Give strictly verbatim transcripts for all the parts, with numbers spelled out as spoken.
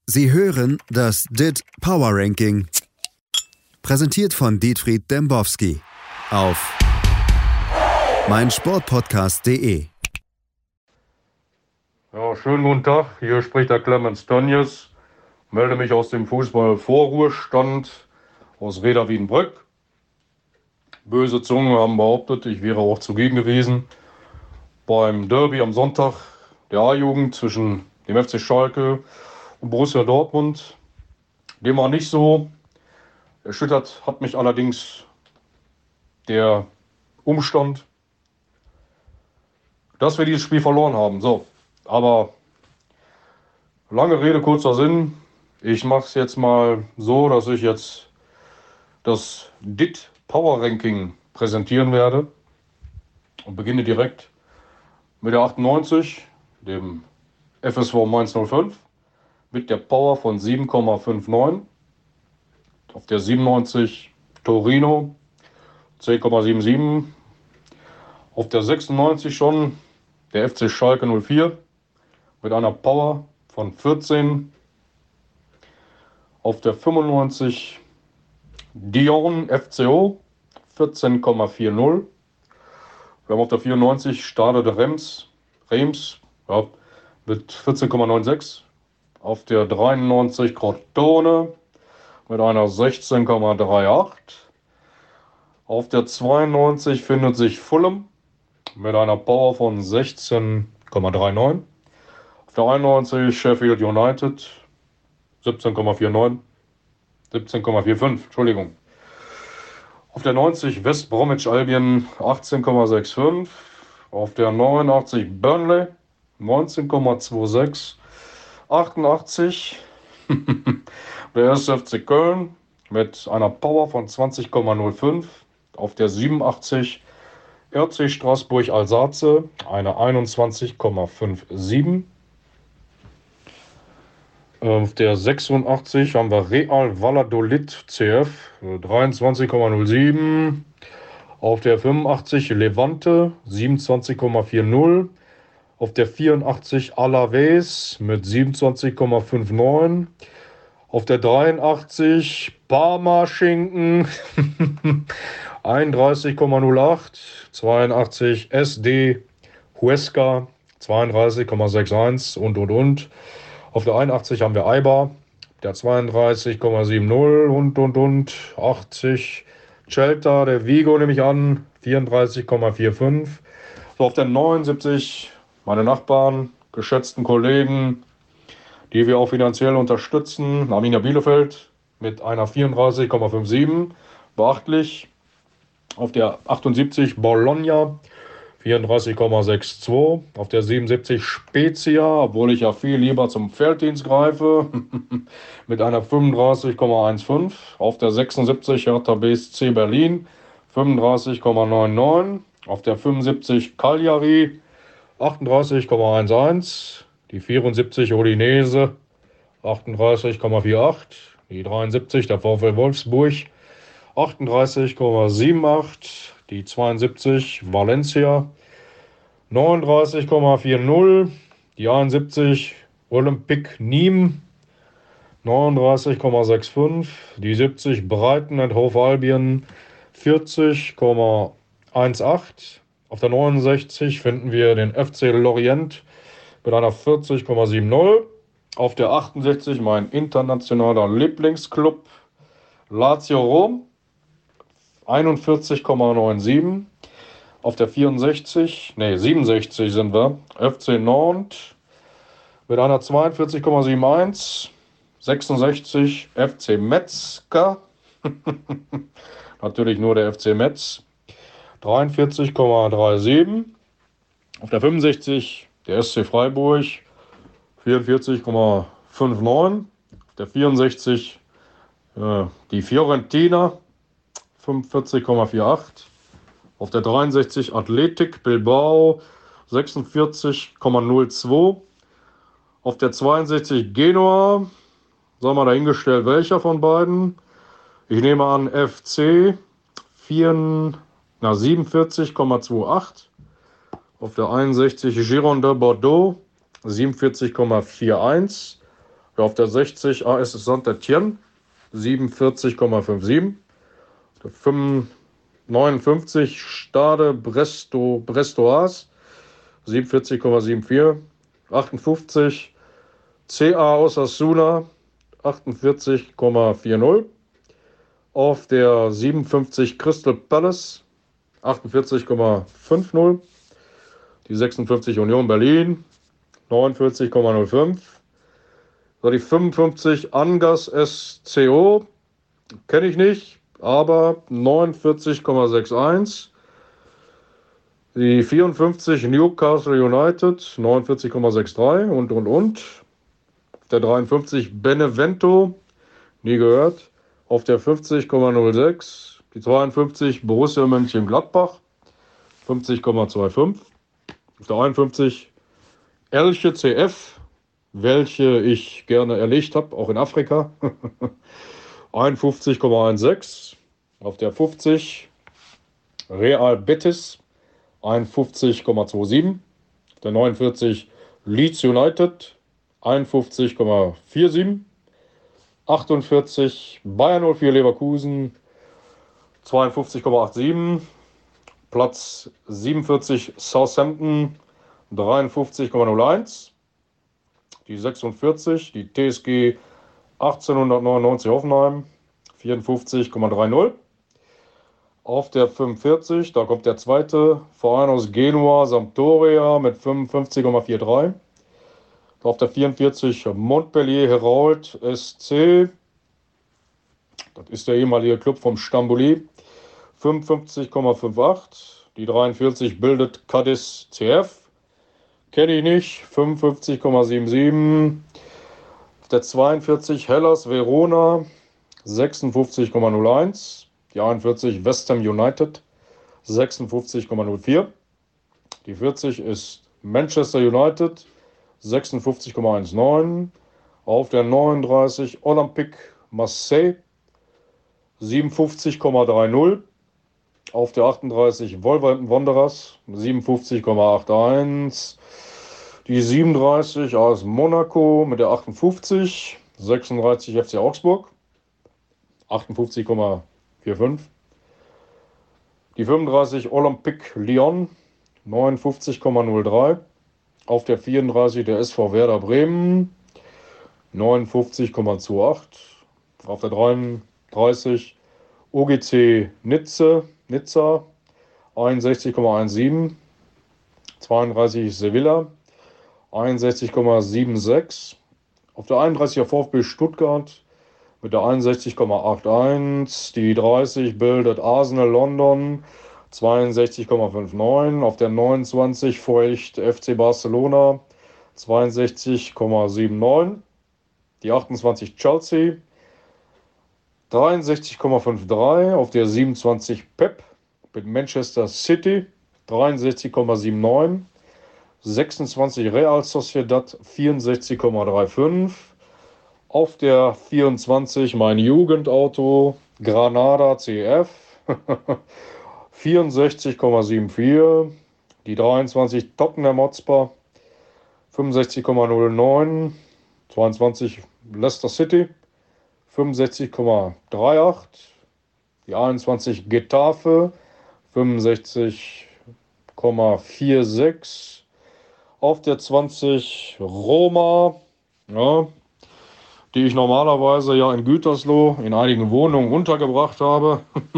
Sie hören das D I T Power Ranking, präsentiert von Dietfried Dembowski auf meinsportpodcast punkt de. Ja, schönen guten Tag, hier spricht der Clemens Tönnies, melde mich aus dem Fußball-Vorruhestand aus Reda Wiedenbrück. Böse Zungen haben behauptet, ich wäre auch zugegen gewesen beim Derby am Sonntag der A-Jugend zwischen dem F C Schalke und Borussia Dortmund. Dem war nicht so. Erschüttert hat mich allerdings der Umstand, dass wir dieses Spiel verloren haben. So, aber lange Rede, kurzer Sinn. Ich mache es jetzt mal so, dass ich jetzt das D I T Power Ranking präsentieren werde und beginne direkt mit der achtundneunzig, dem F S V Mainz null fünf, mit der Power von sieben Komma neunundfünfzig. Auf der siebenundneunzig Torino, zehn Komma siebenundsiebzig. Auf der sechsundneunzig schon der F C Schalke null vier mit einer Power von vierzehn. Auf der fünfundneunzig Dijon F C O, vierzehn Komma vierzig. Wir haben auf der vierundneunzig Stade de Reims, Reims ja, mit vierzehn Komma sechsundneunzig. Auf der dreiundneunzig Crotone mit einer sechzehn Komma achtunddreißig. Auf der zweiundneunzig findet sich Fulham mit einer Power von sechzehn Komma neununddreißig. Auf der einundneunzig Sheffield United siebzehn Komma neunundvierzig. siebzehn Komma fünfundvierzig, Entschuldigung. Auf der neunzig West Bromwich Albion achtzehn Komma fünfundsechzig. Auf der neunundachtzig Burnley neunzehn Komma sechsundzwanzig. achtundachtzig der erste F C Köln mit einer Power von zwanzig Komma null fünf. Auf der siebenundachtzig R C Straßburg Alsace eine einundzwanzig Komma siebenundfünfzig. Auf der sechsundachtzig haben wir Real Valladolid C F dreiundzwanzig Komma null sieben. Auf der fünfundachtzig Levante siebenundzwanzig Komma vierzig. Auf der vierundachtzig Alaves mit siebenundzwanzig Komma neunundfünfzig. Auf der dreiundachtzig Parma Schinken einunddreißig Komma null acht. zweiundachtzig S D Huesca zweiunddreißig Komma einundsechzig und und und. Auf der einundachtzig haben wir Eibar, der zweiunddreißig Komma siebzig und und und. achtzig Celta, der Vigo nehme ich an, vierunddreißig Komma fünfundvierzig. So, auf der neunundsiebzig meine Nachbarn, geschätzten Kollegen, die wir auch finanziell unterstützen, Arminia Bielefeld mit einer vierunddreißig Komma siebenundfünfzig, beachtlich. Auf der achtundsiebzig Bologna vierunddreißig Komma zweiundsechzig. Auf der siebenundsiebzig Spezia, obwohl ich ja viel lieber zum Felddienst greife, mit einer fünfunddreißig Komma fünfzehn. Auf der sechsundsiebzig Hertha B S C Berlin fünfunddreißig Komma neunundneunzig. Auf der fünfundsiebzig Cagliari achtunddreißig Komma elf. Die vierundsiebzig Udinese achtunddreißig Komma achtundvierzig. Die dreiundsiebzig der VfL Wolfsburg achtunddreißig Komma achtundsiebzig. Die zweiundsiebzig Valencia neununddreißig Komma vierzig. Die einundsiebzig Olympique Nîmes neununddreißig Komma fünfundsechzig. Die siebzig Brighton and Hove Albion vierzig Komma achtzehn. Auf der neunundsechzig finden wir den F C Lorient mit einer vierzig Komma siebzig. Auf der achtundsechzig mein internationaler Lieblingsclub Lazio Rom einundvierzig Komma siebenundneunzig. Auf der vierundsechzig, nee, siebenundsechzig sind wir, F C Nantes mit einer zweiundvierzig Komma einundsiebzig. sechsundsechzig F C Metzger, natürlich nur der F C Metz, dreiundvierzig Komma siebenunddreißig. Auf der fünfundsechzig der S C Freiburg, vierundvierzig Komma neunundfünfzig. Auf der vierundsechzig äh, die Fiorentina, fünfundvierzig Komma achtzig. Auf der dreiundsechzig Athletic Bilbao, sechsundvierzig Komma null zwei. Auf der zweiundsechzig Genua, sagen wir dahingestellt, welcher von beiden. Ich nehme an F C vier, na, siebenundvierzig Komma achtundzwanzig. Auf der einundsechzig Girondins Bordeaux, siebenundvierzig Komma einundvierzig. Ja, auf der sechzig A S Saint-Étienne siebenundvierzig Komma fünfundsiebzig. Der neunundfünfzig Stade Bresto, Brestoise siebenundvierzig Komma vierundsiebzig. achtundfünfzig C A Osasuna achtundvierzig Komma vierzig. Auf der siebenundfünfzig Crystal Palace achtundvierzig Komma fünfzig. Die sechsundfünfzig Union Berlin neunundvierzig Komma null fünf. So, die fünfundfünfzig Angers S C O kenne ich nicht, aber neunundvierzig Komma einundsechzig. Die vierundfünfzig Newcastle United neunundvierzig Komma dreiundsechzig und und und. Der dreiundfünfzig Benevento, nie gehört. Auf der fünfzig Komma null sechs. Die zweiundfünfzig Borussia Mönchengladbach fünfzig Komma fünfundzwanzig. Auf der einundfünfzig Elche C F, welche ich gerne erlegt habe, auch in Afrika. einundfünfzig Komma sechzehn. Auf der fünfzig Real Betis einundfünfzig Komma siebenundzwanzig. Auf der neunundvierzig Leeds United einundfünfzig Komma siebenundvierzig. achtundvierzig Bayern null vier Leverkusen zweiundfünfzig Komma siebenundachtzig. Platz siebenundvierzig Southampton dreiundfünfzig Komma null eins. Die sechsundvierzig, die T S G achtzehnhundertneunundneunzig Hoffenheim vierundfünfzig Komma dreißig. Auf der fünfundvierzig, da kommt der zweite Verein aus Genua, Sampdoria mit fünfundfünfzig Komma dreiundvierzig. Auf der vierundvierzig Montpellier Herald S C, das ist der ehemalige Club vom Stamboli, fünfundfünfzig Komma achtzig. Die dreiundvierzig bildet Cadiz C F, kenne ich nicht, fünfundfünfzig Komma siebenundsiebzig. Auf der zweiundvierzig Hellas Verona sechsundfünfzig Komma null eins. Die einundvierzig West Ham United sechsundfünfzig Komma null vier. Die vierzig ist Manchester United sechsundfünfzig Komma neunzehn. Auf der neununddreißig Olympique Marseille siebenundfünfzig Komma dreißig. Auf der achtunddreißig Wolverhampton Wanderers siebenundfünfzig Komma einundachtzig. Die siebenunddreißig A S Monaco mit der achtundfünfzig. sechsunddreißig F C Augsburg achtundfünfzig Komma fünfundvierzig. Die fünfunddreißig Olympique Lyon neunundfünfzig Komma null drei. Auf der vierunddreißig der S V Werder Bremen neunundfünfzig Komma achtundzwanzig. Auf der dreiunddreißig O G C Nizza, Nizza einundsechzig Komma siebzehn. zweiunddreißig Sevilla einundsechzig Komma sechsundsiebzig. Auf der einunddreißiger VfB Stuttgart mit der einundsechzig Komma einundachtzig. Die dreißig bildet Arsenal London zweiundsechzig Komma neunundfünfzig. Auf der neunundzwanzig Feucht F C Barcelona zweiundsechzig Komma neunundsiebzig. Die achtundzwanzig Chelsea dreiundsechzig Komma dreiundfünfzig. Auf der siebenundzwanzig Pep mit Manchester City dreiundsechzig Komma neunundsiebzig. sechsundzwanzig Real Sociedad vierundsechzig Komma fünfunddreißig. Auf der vierundzwanzig mein Jugendauto Granada C F vierundsechzig Komma vierundsiebzig. Die dreiundzwanzig Tottenham Hotspur fünfundsechzig Komma null neun. zweiundzwanzig Leicester City fünfundsechzig Komma achtunddreißig. Die einundzwanzig Getafe fünfundsechzig Komma sechsundvierzig. Auf der zwanzig Roma, ja, die ich normalerweise ja in Gütersloh in einigen Wohnungen untergebracht habe.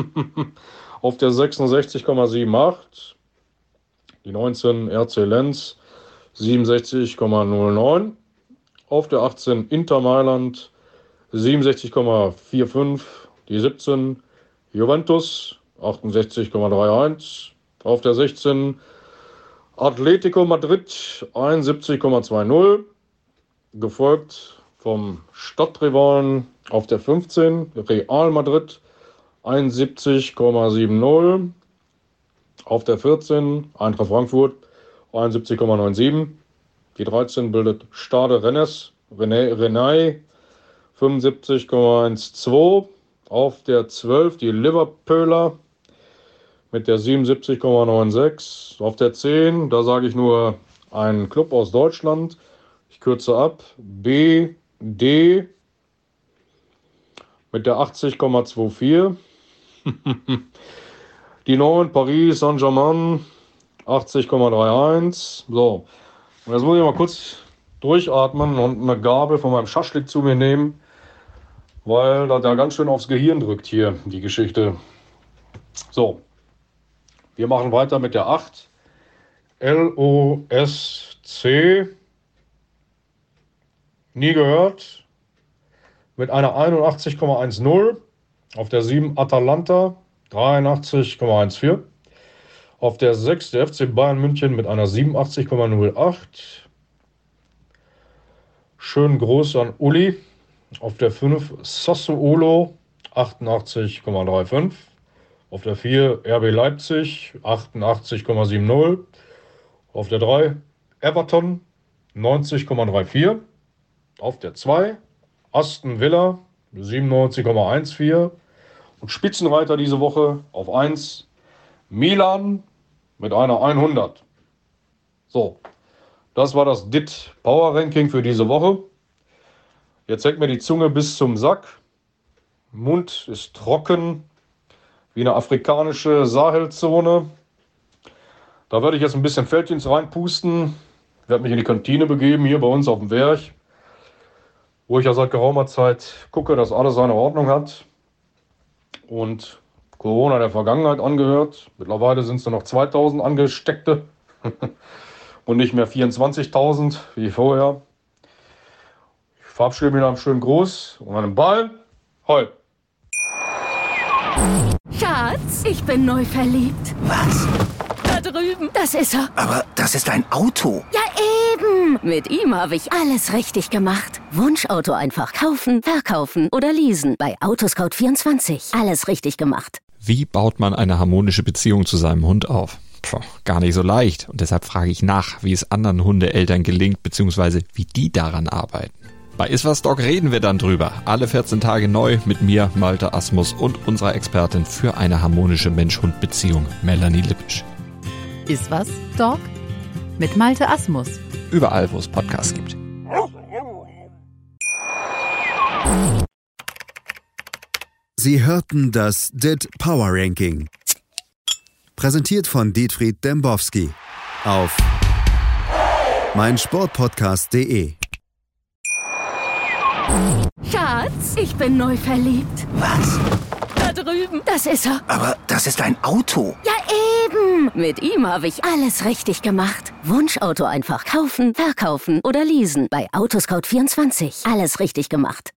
Auf der sechsundsechzig Komma achundsiebzig. Die neunzehn R C Lens siebenundsechzig Komma null neun. Auf der achtzehn Inter Mailand siebenundsechzig Komma fünfundvierzig. Die siebzehn Juventus achtundsechzig Komma einunddreißig. Auf der sechzehn Atletico Madrid einundsiebzig Komma zwanzig. Gefolgt vom Stadtrivalen auf der fünfzehn Real Madrid einundsiebzig Komma siebzig. Auf der vierzehn Eintracht Frankfurt einundsiebzig Komma siebenundneunzig. Die dreizehn bildet Stade Rennes, René, Renai fünfundsiebzig Komma zwölf. Auf der zwölf die Liverpooler mit der siebenundsiebzig Komma sechsundneunzig. Auf der zehn, da sage ich nur ein Club aus Deutschland. Ich kürze ab. B D mit der achtzig Komma vierundzwanzig. Die neun Paris Saint-Germain achtzig Komma einunddreißig. So, und jetzt muss ich mal kurz durchatmen und eine Gabel von meinem Schaschlik zu mir nehmen, weil das da ganz schön aufs Gehirn drückt hier, die Geschichte. So, wir machen weiter mit der acht. L O S C. Nie gehört. Mit einer einundachtzig Komma zehn. Auf der sieben Atalanta dreiundachtzig Komma vierzehn. Auf der sechs der F C Bayern München mit einer siebenundachtzig Komma null acht. Schönen Gruß an Uli. Auf der fünf Sassuolo achtundachtzig Komma fünfunddreißig. Auf der vier R B Leipzig achtundachtzig Komma siebzig. Auf der drei Everton neunzig Komma vierunddreißig. Auf der zwei Aston Villa siebenundneunzig Komma vierzehn. Und Spitzenreiter diese Woche auf eins Milan mit einer hundert. So, das war das D I T Power Ranking für diese Woche. Jetzt hängt mir die Zunge bis zum Sack. Mund ist trocken, wie eine afrikanische Sahelzone. Da werde ich jetzt ein bisschen Felddienst reinpusten. Ich werde mich in die Kantine begeben, hier bei uns auf dem Werk, wo ich ja seit geraumer Zeit gucke, dass alles seine Ordnung hat. Und Corona der Vergangenheit angehört. Mittlerweile sind es nur noch zweitausend Angesteckte und nicht mehr vierundzwanzigtausend wie vorher. Ich verabschiede mich nach einem schönen Gruß und einem Ball. Hoi! Schatz, ich bin neu verliebt. Was? Da drüben. Das ist er. Aber das ist ein Auto. Ja, eben. Mit ihm habe ich alles richtig gemacht. Wunschauto einfach kaufen, verkaufen oder leasen. Bei Autoscout vierundzwanzig. Alles richtig gemacht. Wie baut man eine harmonische Beziehung zu seinem Hund auf? Puh, gar nicht so leicht. Und deshalb frage ich nach, wie es anderen Hundeeltern gelingt, beziehungsweise wie die daran arbeiten. Bei Iswas Dog reden wir dann drüber. Alle vierzehn Tage neu mit mir, Malte Asmus und unserer Expertin für eine harmonische Mensch-Hund-Beziehung, Melanie Lippisch. Iswas Dog mit Malte Asmus. Überall, wo es Podcasts gibt. Sie hörten das D I T Power Ranking. Präsentiert von Dietfried Dembowski auf meinsportpodcast punkt de. Schatz, ich bin neu verliebt. Was? Da drüben. Das ist er. Aber das ist ein Auto. Ja, eben. Mit ihm habe ich alles richtig gemacht. Wunschauto einfach kaufen, verkaufen oder leasen. Bei Autoscout vierundzwanzig. Alles richtig gemacht.